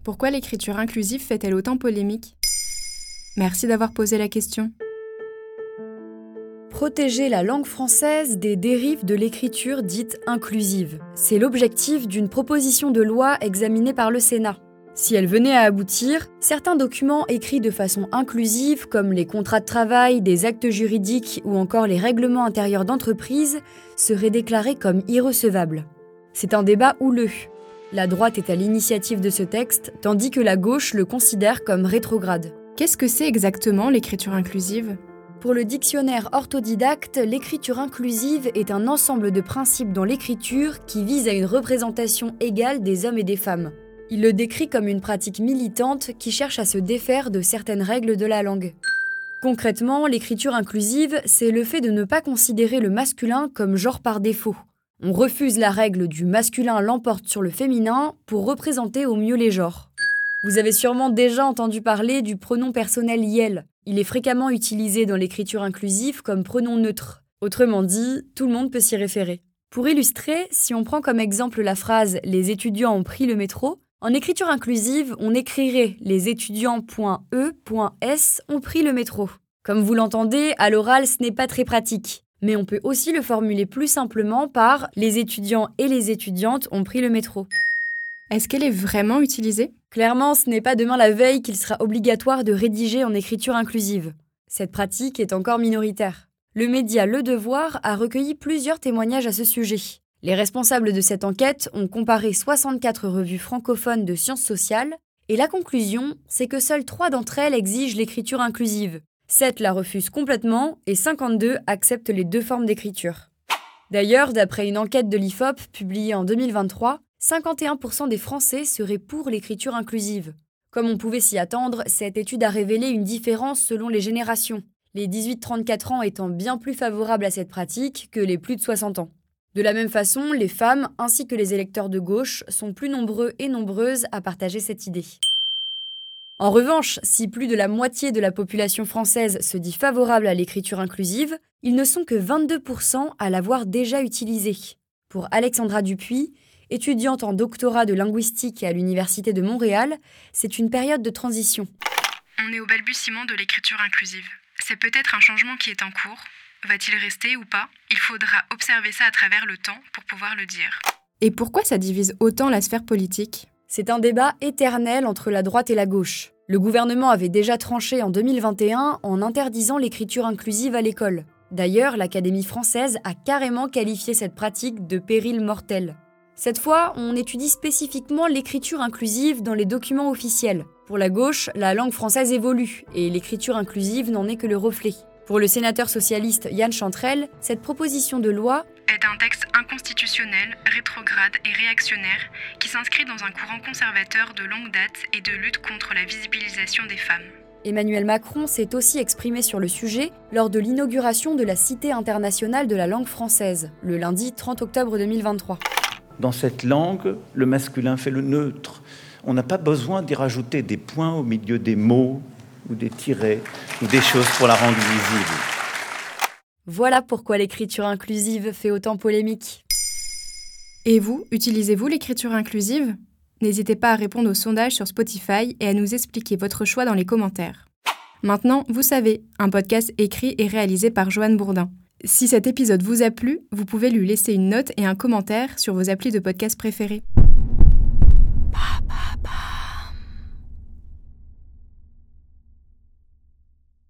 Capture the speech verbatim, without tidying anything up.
Pourquoi l'écriture inclusive fait-elle autant polémique ? Merci d'avoir posé la question. Protéger la langue française des dérives de l'écriture dite inclusive. C'est l'objectif d'une proposition de loi examinée par le Sénat. Si elle venait à aboutir, certains documents écrits de façon inclusive, comme les contrats de travail, des actes juridiques ou encore les règlements intérieurs d'entreprise, seraient déclarés comme irrecevables. C'est un débat houleux. La droite est à l'initiative de ce texte, tandis que la gauche le considère comme rétrograde. Qu'est-ce que c'est exactement l'écriture inclusive ? Pour le dictionnaire orthodidacte, l'écriture inclusive est un ensemble de principes dans l'écriture qui vise à une représentation égale des hommes et des femmes. Il le décrit comme une pratique militante qui cherche à se défaire de certaines règles de la langue. Concrètement, l'écriture inclusive, c'est le fait de ne pas considérer le masculin comme genre par défaut. On refuse la règle du masculin l'emporte sur le féminin pour représenter au mieux les genres. Vous avez sûrement déjà entendu parler du pronom personnel « yel ». Il est fréquemment utilisé dans l'écriture inclusive comme pronom neutre. Autrement dit, tout le monde peut s'y référer. Pour illustrer, si on prend comme exemple la phrase « Les étudiants ont pris le métro », en écriture inclusive, on écrirait « Les étudiants.e.s ont pris le métro ». Comme vous l'entendez, à l'oral, ce n'est pas très pratique. Mais on peut aussi le formuler plus simplement par « Les étudiants et les étudiantes ont pris le métro ». Est-ce qu'elle est vraiment utilisée ? Clairement, ce n'est pas demain la veille qu'il sera obligatoire de rédiger en écriture inclusive. Cette pratique est encore minoritaire. Le média Le Devoir a recueilli plusieurs témoignages à ce sujet. Les responsables de cette enquête ont comparé soixante-quatre revues francophones de sciences sociales, et la conclusion, c'est que seules trois d'entre elles exigent l'écriture inclusive. sept la refusent complètement et cinquante-deux acceptent les deux formes d'écriture. D'ailleurs, d'après une enquête de l'I F O P publiée en deux mille vingt-trois, cinquante et un pour cent des Français seraient pour l'écriture inclusive. Comme on pouvait s'y attendre, cette étude a révélé une différence selon les générations, les dix-huit trente-quatre ans étant bien plus favorables à cette pratique que les plus de soixante ans. De la même façon, les femmes ainsi que les électeurs de gauche sont plus nombreux et nombreuses à partager cette idée. En revanche, si plus de la moitié de la population française se dit favorable à l'écriture inclusive, ils ne sont que vingt-deux pour cent à l'avoir déjà utilisée. Pour Alexandra Dupuis, étudiante en doctorat de linguistique à l'Université de Montréal, c'est une période de transition. On est au balbutiement de l'écriture inclusive. C'est peut-être un changement qui est en cours. Va-t-il rester ou pas ? Il faudra observer ça à travers le temps pour pouvoir le dire. Et pourquoi ça divise autant la sphère politique ? C'est un débat éternel entre la droite et la gauche. Le gouvernement avait déjà tranché en deux mille vingt et un en interdisant l'écriture inclusive à l'école. D'ailleurs, l'Académie française a carrément qualifié cette pratique de péril mortel. Cette fois, on étudie spécifiquement l'écriture inclusive dans les documents officiels. Pour la gauche, la langue française évolue et l'écriture inclusive n'en est que le reflet. Pour le sénateur socialiste Yan Chantrel, cette proposition de loi est un texte inconstitutionnel, rétrograde et réactionnaire qui s'inscrit dans un courant conservateur de longue date et de lutte contre la visibilisation des femmes. Emmanuel Macron s'est aussi exprimé sur le sujet lors de l'inauguration de la Cité internationale de la langue française, le lundi trente octobre deux mille vingt-trois. Dans cette langue, le masculin fait le neutre. On n'a pas besoin d'y rajouter des points au milieu des mots ou des tirets ou des choses pour la rendre visible. Voilà pourquoi l'écriture inclusive fait autant polémique. Et vous, utilisez-vous l'écriture inclusive ? N'hésitez pas à répondre au sondage sur Spotify et à nous expliquer votre choix dans les commentaires. Maintenant, vous savez, un podcast écrit et réalisé par Joanne Bourdin. Si cet épisode vous a plu, vous pouvez lui laisser une note et un commentaire sur vos applis de podcast préférés.